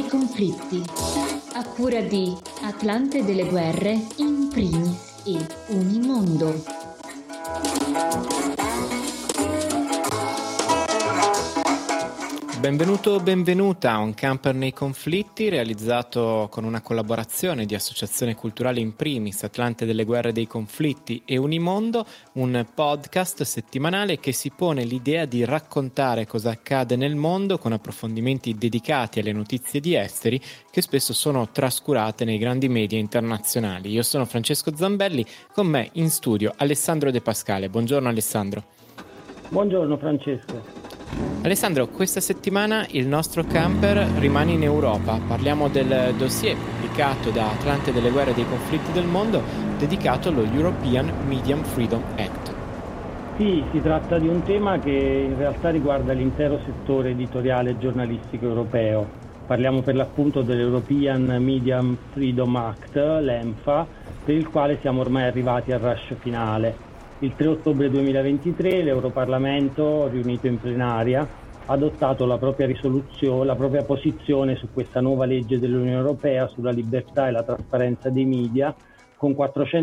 nei conflitti, a cura di Atlante delle Guerre in primis e Unimondo. Benvenuto o benvenuta a Un camper nei conflitti, realizzato con una collaborazione di Associazione Culturale in primis, Atlante delle Guerre dei Conflitti e Unimondo, un podcast settimanale che si pone l'idea di raccontare cosa accade nel mondo con approfondimenti dedicati alle notizie di esteri che spesso sono trascurate nei grandi media internazionali. Io sono Francesco Zambelli, con me in studio Alessandro De Pascale. Buongiorno Alessandro. Buongiorno Francesco. Alessandro, questa settimana il nostro camper rimane in Europa. Parliamo del dossier pubblicato da Atlante delle Guerre dei Conflitti del Mondo dedicato allo European Media Freedom Act. Sì, si tratta di un tema che in realtà riguarda l'intero settore editoriale e giornalistico europeo. Parliamo per l'appunto dell'European Media Freedom Act, l'EMFA, per il quale siamo ormai arrivati al rush finale. Il 3 ottobre 2023 l'Europarlamento, riunito in plenaria, ha adottato la propria risoluzione, la propria posizione su questa nuova legge dell'Unione Europea sulla libertà e la trasparenza dei media, con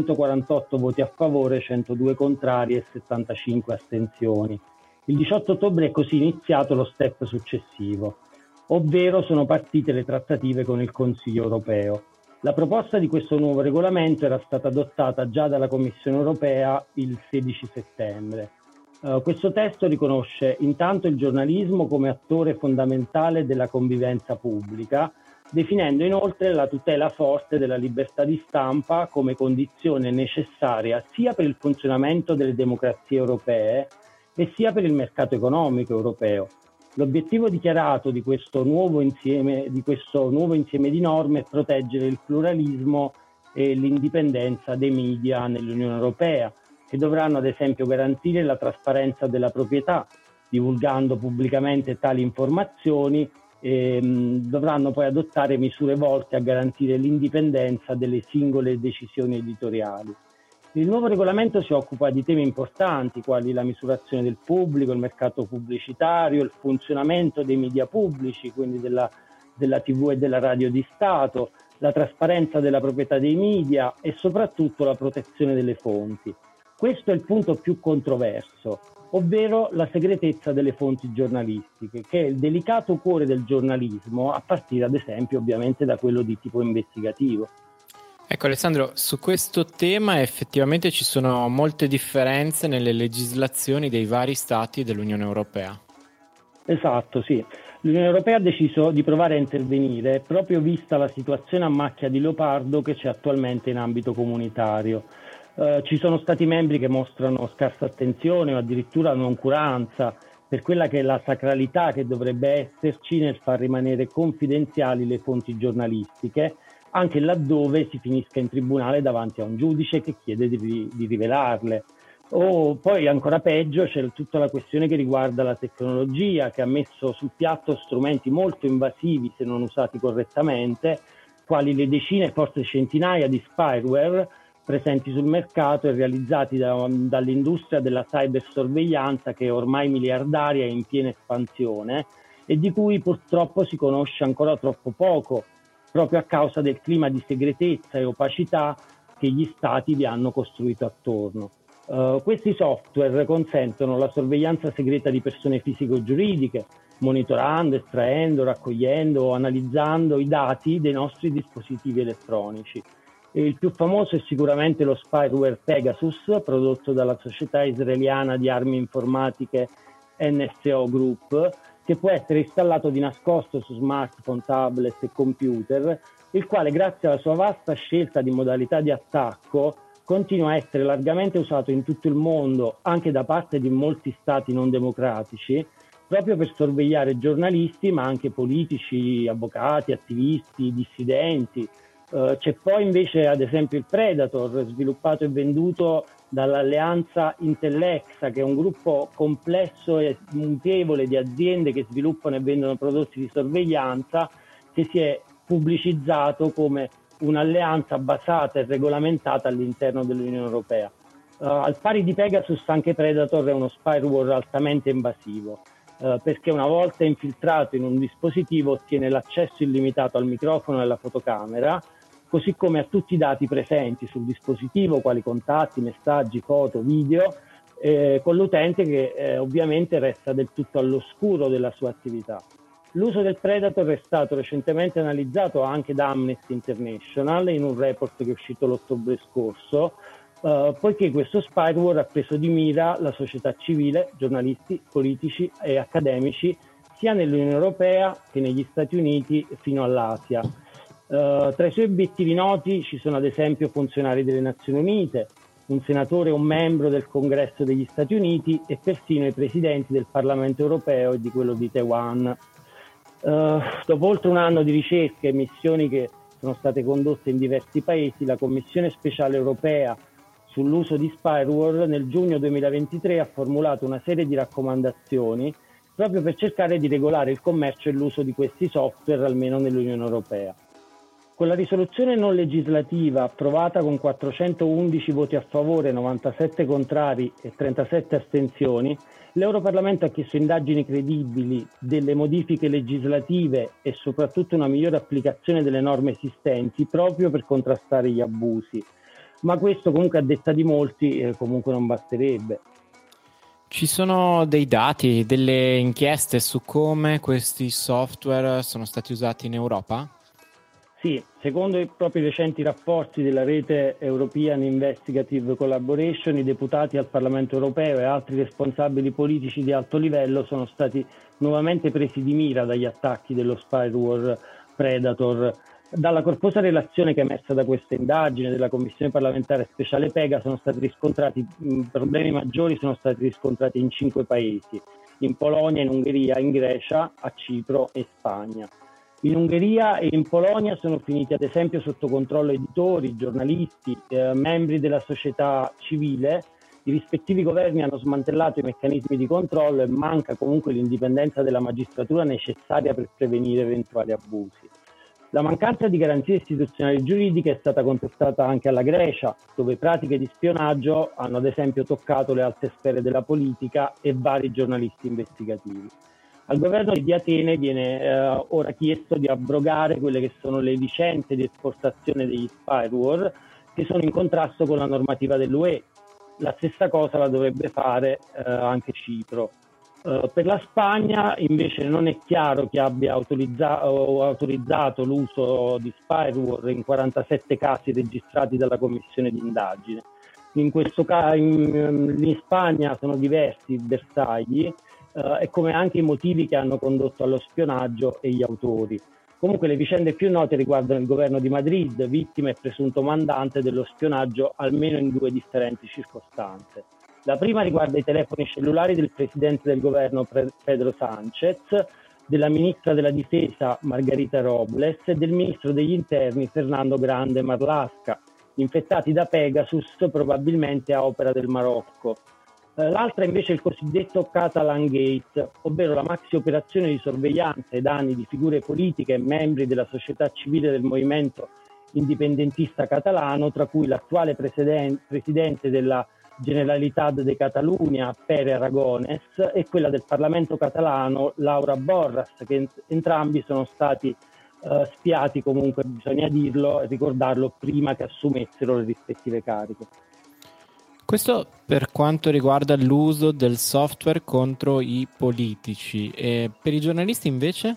448 voti a favore, 102 contrari e 75 astensioni. Il 18 ottobre è così iniziato lo step successivo, ovvero sono partite le trattative con il Consiglio europeo. La proposta di questo nuovo regolamento era stata adottata già dalla Commissione europea il 16 settembre. Questo testo riconosce intanto il giornalismo come attore fondamentale della convivenza pubblica, definendo inoltre la tutela forte della libertà di stampa come condizione necessaria sia per il funzionamento delle democrazie europee e sia per il mercato economico europeo. L'obiettivo dichiarato di questo nuovo insieme di norme è proteggere il pluralismo e l'indipendenza dei media nell'Unione Europea, che dovranno ad esempio garantire la trasparenza della proprietà, divulgando pubblicamente tali informazioni, e dovranno poi adottare misure volte a garantire l'indipendenza delle singole decisioni editoriali. Il nuovo regolamento si occupa di temi importanti quali la misurazione del pubblico, il mercato pubblicitario, il funzionamento dei media pubblici, quindi della TV e della radio di Stato, la trasparenza della proprietà dei media e soprattutto la protezione delle fonti. Questo è il punto più controverso, ovvero la segretezza delle fonti giornalistiche, che è il delicato cuore del giornalismo, a partire ad esempio ovviamente da quello di tipo investigativo. Ecco Alessandro, su questo tema effettivamente ci sono molte differenze nelle legislazioni dei vari stati dell'Unione Europea. Esatto, sì. L'Unione Europea ha deciso di provare a intervenire proprio vista la situazione a macchia di leopardo che c'è attualmente in ambito comunitario. Ci sono stati membri che mostrano scarsa attenzione o addirittura noncuranza per quella che è la sacralità che dovrebbe esserci nel far rimanere confidenziali le fonti giornalistiche, anche laddove si finisca in tribunale davanti a un giudice che chiede di rivelarle. O poi ancora peggio c'è tutta la questione che riguarda la tecnologia, che ha messo sul piatto strumenti molto invasivi se non usati correttamente, quali le decine, forse centinaia di spyware presenti sul mercato e realizzati dall'industria della cybersorveglianza, che è ormai miliardaria e in piena espansione e di cui purtroppo si conosce ancora troppo poco, proprio a causa del clima di segretezza e opacità che gli stati vi hanno costruito attorno. Questi software consentono la sorveglianza segreta di persone fisico-giuridiche, monitorando, estraendo, raccogliendo o analizzando i dati dei nostri dispositivi elettronici. E il più famoso è sicuramente lo spyware Pegasus, prodotto dalla società israeliana di armi informatiche NSO Group, che può essere installato di nascosto su smartphone, tablet e computer, il quale grazie alla sua vasta scelta di modalità di attacco continua a essere largamente usato in tutto il mondo, anche da parte di molti stati non democratici, proprio per sorvegliare giornalisti, ma anche politici, avvocati, attivisti, dissidenti. C'è poi invece ad esempio il Predator, sviluppato e venduto dall'alleanza Intellexa, che è un gruppo complesso e mutevole di aziende che sviluppano e vendono prodotti di sorveglianza, che si è pubblicizzato come un'alleanza basata e regolamentata all'interno dell'Unione Europea. Al pari di Pegasus, anche Predator è uno spyware altamente invasivo. perché una volta infiltrato in un dispositivo ottiene l'accesso illimitato al microfono e alla fotocamera, così come a tutti i dati presenti sul dispositivo, quali contatti, messaggi, foto, video, con l'utente che ovviamente resta del tutto all'oscuro della sua attività. L'uso del Predator è stato recentemente analizzato anche da Amnesty International in un report che è uscito l'ottobre scorso, poiché questo spyware ha preso di mira la società civile, giornalisti, politici e accademici, sia nell'Unione Europea che negli Stati Uniti fino all'Asia. Tra i suoi obiettivi noti ci sono ad esempio funzionari delle Nazioni Unite, un senatore o un membro del Congresso degli Stati Uniti e persino i presidenti del Parlamento Europeo e di quello di Taiwan. Dopo oltre un anno di ricerche e missioni che sono state condotte in diversi paesi, la Commissione Speciale Europea sull'uso di spyware nel giugno 2023 ha formulato una serie di raccomandazioni proprio per cercare di regolare il commercio e l'uso di questi software almeno nell'Unione Europea. Con la risoluzione non legislativa approvata con 411 voti a favore, 97 contrari e 37 astensioni, l'Europarlamento ha chiesto indagini credibili delle modifiche legislative e soprattutto una migliore applicazione delle norme esistenti proprio per contrastare gli abusi. Ma questo comunque a detta di molti comunque non basterebbe. Ci sono dei dati, delle inchieste su come questi software sono stati usati in Europa? Sì, secondo i propri recenti rapporti della rete European Investigative Collaboration, i deputati al Parlamento Europeo e altri responsabili politici di alto livello sono stati nuovamente presi di mira dagli attacchi dello spyware Predator. Dalla corposa relazione che è emersa da questa indagine della Commissione parlamentare speciale PEGA sono stati riscontrati problemi maggiori, sono stati riscontrati in 5 paesi, in Polonia, in Ungheria, in Grecia, a Cipro e Spagna. In Ungheria e in Polonia sono finiti ad esempio sotto controllo editori, giornalisti, membri della società civile. I rispettivi governi hanno smantellato i meccanismi di controllo e manca comunque l'indipendenza della magistratura necessaria per prevenire eventuali abusi. La mancanza di garanzie istituzionali giuridiche è stata contestata anche alla Grecia, dove pratiche di spionaggio hanno ad esempio toccato le alte sfere della politica e vari giornalisti investigativi. Al governo di Atene viene ora chiesto di abrogare quelle che sono le licenze di esportazione degli spyware che sono in contrasto con la normativa dell'UE. La stessa cosa la dovrebbe fare anche Cipro. Per la Spagna invece non è chiaro chi abbia autorizzato l'uso di spyware in 47 casi registrati dalla commissione di indagine. In questo caso in Spagna sono diversi i bersagli e come anche i motivi che hanno condotto allo spionaggio e gli autori. Comunque le vicende più note riguardano il governo di Madrid, vittima e presunto mandante dello spionaggio almeno in 2 differenti circostanze. La prima riguarda i telefoni cellulari del presidente del governo Pedro Sánchez, della ministra della difesa Margarita Robles e del ministro degli interni Fernando Grande Marlaska, infettati da Pegasus probabilmente a opera del Marocco. L'altra invece è il cosiddetto Catalan Gate, ovvero la maxi operazione di sorveglianza ai danni di figure politiche e membri della società civile del movimento indipendentista catalano, tra cui l'attuale presidente della Generalitat de Catalunya, Pere Aragonès, e quella del Parlamento catalano, Laura Borras, che entrambi sono stati spiati, comunque bisogna dirlo e ricordarlo, prima che assumessero le rispettive cariche. Questo per quanto riguarda l'uso del software contro i politici. E per i giornalisti invece?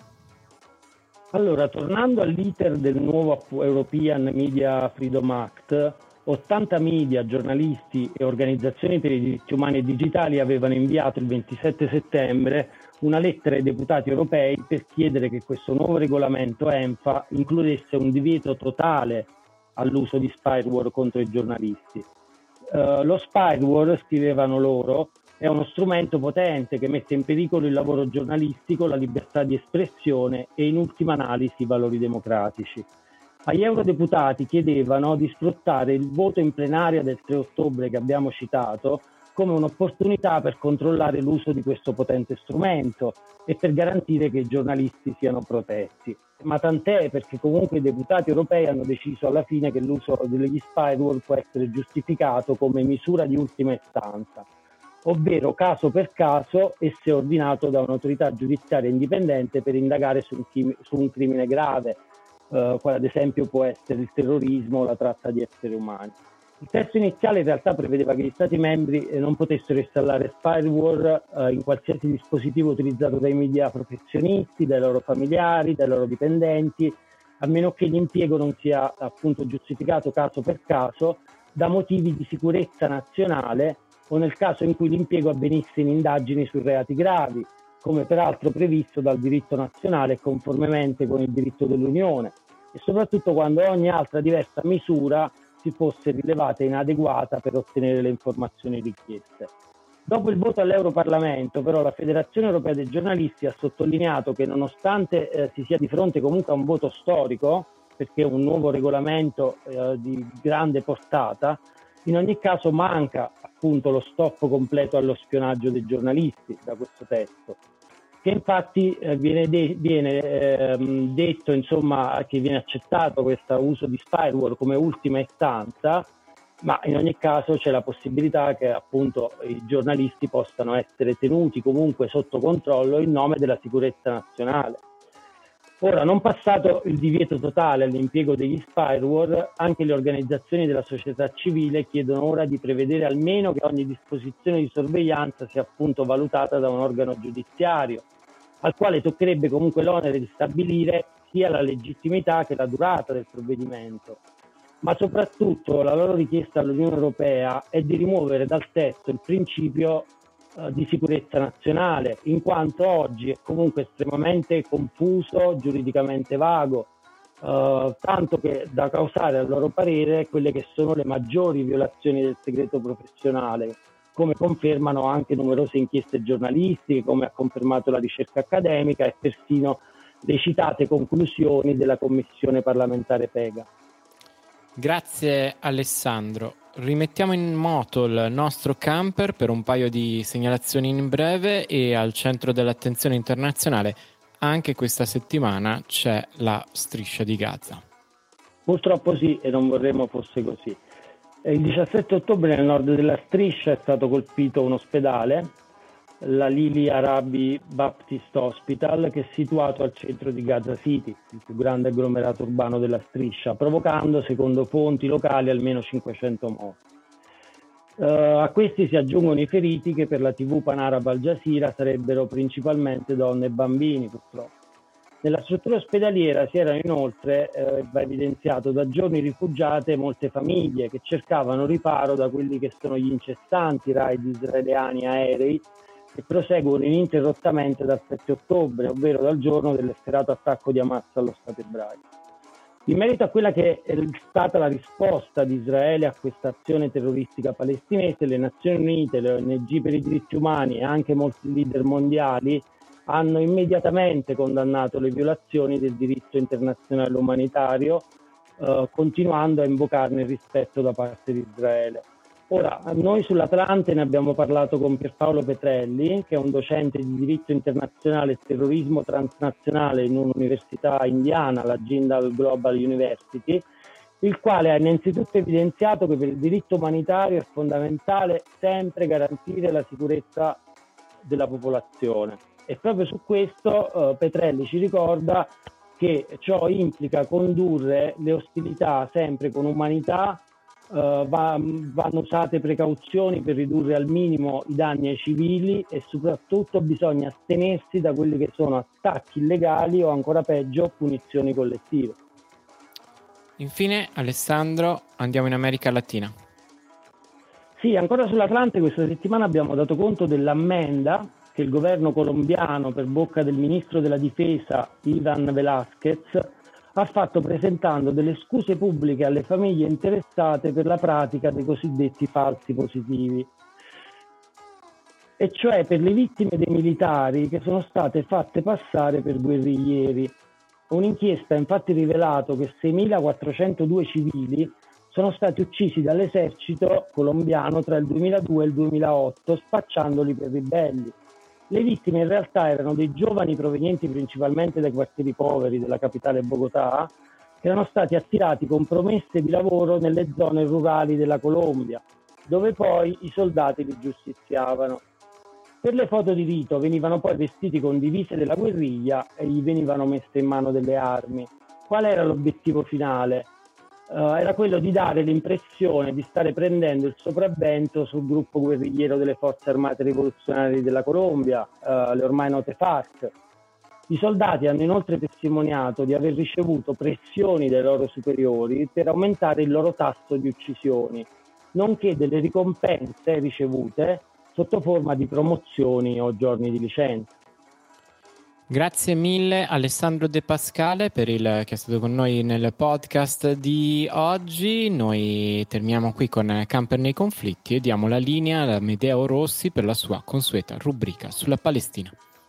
Allora, tornando all'iter del nuovo European Media Freedom Act, 80 media, giornalisti e organizzazioni per i diritti umani e digitali avevano inviato il 27 settembre una lettera ai deputati europei per chiedere che questo nuovo regolamento ENFA includesse un divieto totale all'uso di spyware contro i giornalisti. Lo spyware, scrivevano loro, è uno strumento potente che mette in pericolo il lavoro giornalistico, la libertà di espressione e in ultima analisi i valori democratici. Agli eurodeputati chiedevano di sfruttare il voto in plenaria del 3 ottobre che abbiamo citato come un'opportunità per controllare l'uso di questo potente strumento e per garantire che i giornalisti siano protetti. Ma tant'è, perché comunque i deputati europei hanno deciso alla fine che l'uso degli spyware può essere giustificato come misura di ultima istanza. ovvero caso per caso e se ordinato da un'autorità giudiziaria indipendente per indagare su un crimine grave, quale ad esempio può essere il terrorismo o la tratta di esseri umani. Il testo iniziale in realtà prevedeva che gli Stati membri non potessero installare spyware in qualsiasi dispositivo utilizzato dai media professionisti, dai loro familiari, dai loro dipendenti, a meno che l'impiego non sia appunto giustificato caso per caso da motivi di sicurezza nazionale o nel caso in cui l'impiego avvenisse in indagini su reati gravi, come peraltro previsto dal diritto nazionale conformemente con il diritto dell'Unione, e soprattutto quando ogni altra diversa misura si fosse rilevata inadeguata per ottenere le informazioni richieste. Dopo il voto all'Europarlamento, però, la Federazione Europea dei Giornalisti ha sottolineato che nonostante si sia di fronte comunque a un voto storico, perché è un nuovo regolamento di grande portata, in ogni caso manca appunto lo stop completo allo spionaggio dei giornalisti da questo testo, che infatti viene detto insomma che viene accettato questo uso di spyware come ultima istanza, ma in ogni caso c'è la possibilità che appunto i giornalisti possano essere tenuti comunque sotto controllo in nome della sicurezza nazionale. Ora, non passato il divieto totale all'impiego degli spyware, anche le organizzazioni della società civile chiedono ora di prevedere almeno che ogni disposizione di sorveglianza sia appunto valutata da un organo giudiziario, al quale toccherebbe comunque l'onere di stabilire sia la legittimità che la durata del provvedimento. Ma soprattutto la loro richiesta all'Unione Europea è di rimuovere dal testo il principio di sicurezza nazionale, in quanto oggi è comunque estremamente confuso, giuridicamente vago, tanto che da causare a loro parere quelle che sono le maggiori violazioni del segreto professionale, come confermano anche numerose inchieste giornalistiche, come ha confermato la ricerca accademica e persino le citate conclusioni della Commissione parlamentare PEGA. Grazie Alessandro. Rimettiamo in moto il nostro camper per un paio di segnalazioni in breve e al centro dell'attenzione internazionale anche questa settimana c'è la striscia di Gaza. Purtroppo sì, e non vorremmo fosse così. Il 17 ottobre nel nord della striscia è stato colpito un ospedale, la Lili Arabi Baptist Hospital, che è situato al centro di Gaza City, il più grande agglomerato urbano della striscia, provocando, secondo fonti locali, almeno 500 morti. A questi si aggiungono i feriti che per la TV panaraba Al Jazeera sarebbero principalmente donne e bambini, purtroppo. Nella struttura ospedaliera si erano inoltre, va evidenziato, da giorni rifugiate molte famiglie che cercavano riparo da quelli che sono gli incessanti raid israeliani aerei che proseguono ininterrottamente dal 7 ottobre, ovvero dal giorno dell'efferato attacco di Hamas allo Stato ebraico. In merito a quella che è stata la risposta di Israele a questa azione terroristica palestinese, le Nazioni Unite, le ONG per i diritti umani e anche molti leader mondiali hanno immediatamente condannato le violazioni del diritto internazionale umanitario, continuando a invocarne il rispetto da parte di Israele. Ora, noi sull'Atlante ne abbiamo parlato con Pierpaolo Petrelli, che è un docente di diritto internazionale e terrorismo transnazionale in un'università indiana, la Jindal Global University, il quale ha innanzitutto evidenziato che per il diritto umanitario è fondamentale sempre garantire la sicurezza della popolazione. E proprio su questo Petrelli ci ricorda che ciò implica condurre le ostilità sempre con umanità. Vanno usate precauzioni per ridurre al minimo i danni ai civili e soprattutto bisogna astenersi da quelli che sono attacchi illegali o ancora peggio punizioni collettive. Infine, Alessandro, andiamo in America Latina. Sì, ancora sull'Atlante questa settimana abbiamo dato conto dell'ammenda che il governo colombiano, per bocca del ministro della difesa Ivan Velázquez, ha fatto presentando delle scuse pubbliche alle famiglie interessate per la pratica dei cosiddetti falsi positivi, e cioè per le vittime dei militari che sono state fatte passare per guerriglieri. Un'inchiesta ha infatti rivelato che 6.402 civili sono stati uccisi dall'esercito colombiano tra il 2002 e il 2008, spacciandoli per ribelli. Le vittime in realtà erano dei giovani provenienti principalmente dai quartieri poveri della capitale Bogotà, che erano stati attirati con promesse di lavoro nelle zone rurali della Colombia. dove poi i soldati li giustiziavano. Per le foto di rito venivano poi vestiti con divise della guerriglia e gli venivano messe in mano delle armi. Qual era l'obiettivo finale? Era quello di dare l'impressione di stare prendendo il sopravvento sul gruppo guerrigliero delle forze armate rivoluzionarie della Colombia, le ormai note FARC. I soldati hanno inoltre testimoniato di aver ricevuto pressioni dai loro superiori per aumentare il loro tasso di uccisioni, nonché delle ricompense ricevute sotto forma di promozioni o giorni di licenza. Grazie mille Alessandro De Pascale che è stato con noi nel podcast di oggi. Noi terminiamo qui con Camper nei conflitti e diamo la linea ad Amedeo Rossi per la sua consueta rubrica sulla Palestina.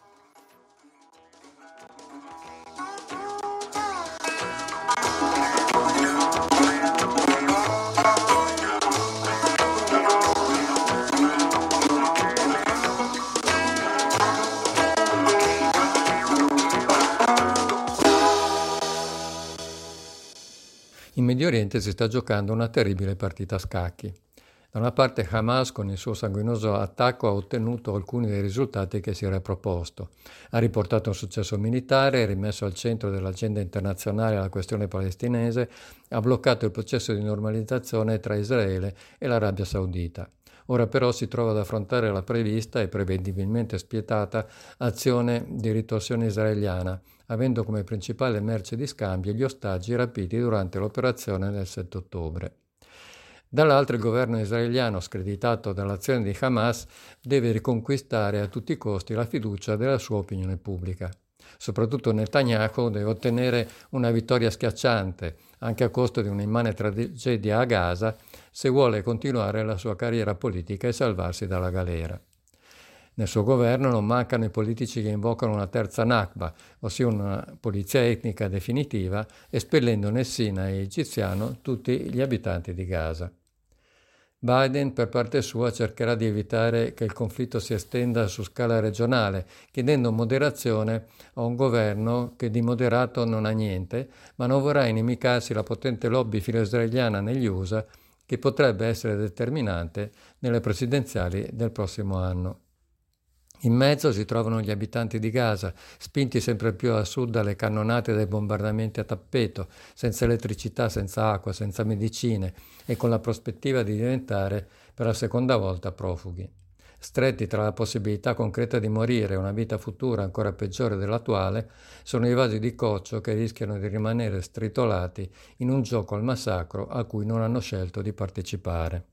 In Medio Oriente si sta giocando una terribile partita a scacchi. Da una parte Hamas con il suo sanguinoso attacco ha ottenuto alcuni dei risultati che si era proposto. Ha riportato un successo militare, rimesso al centro dell'agenda internazionale la questione palestinese, ha bloccato il processo di normalizzazione tra Israele e l'Arabia Saudita. Ora però si trova ad affrontare la prevista e prevedibilmente spietata azione di ritorsione israeliana, avendo come principale merce di scambio gli ostaggi rapiti durante l'operazione del 7 ottobre. Dall'altro il governo israeliano, screditato dall'azione di Hamas, deve riconquistare a tutti i costi la fiducia della sua opinione pubblica. Soprattutto Netanyahu deve ottenere una vittoria schiacciante, anche a costo di un'immane tragedia a Gaza, se vuole continuare la sua carriera politica e salvarsi dalla galera. Nel suo governo non mancano i politici che invocano una terza Nakba, ossia una pulizia etnica definitiva, espellendo nel Sinai egiziano tutti gli abitanti di Gaza. Biden, per parte sua, cercherà di evitare che il conflitto si estenda su scala regionale, chiedendo moderazione a un governo che di moderato non ha niente, ma non vorrà inimicarsi la potente lobby filo-israeliana negli USA, che potrebbe essere determinante nelle presidenziali del prossimo anno. In mezzo si trovano gli abitanti di Gaza, spinti sempre più a sud dalle cannonate e dai bombardamenti a tappeto, senza elettricità, senza acqua, senza medicine e con la prospettiva di diventare per la seconda volta profughi. Stretti tra la possibilità concreta di morire e una vita futura ancora peggiore dell'attuale, sono i vasi di coccio che rischiano di rimanere stritolati in un gioco al massacro a cui non hanno scelto di partecipare.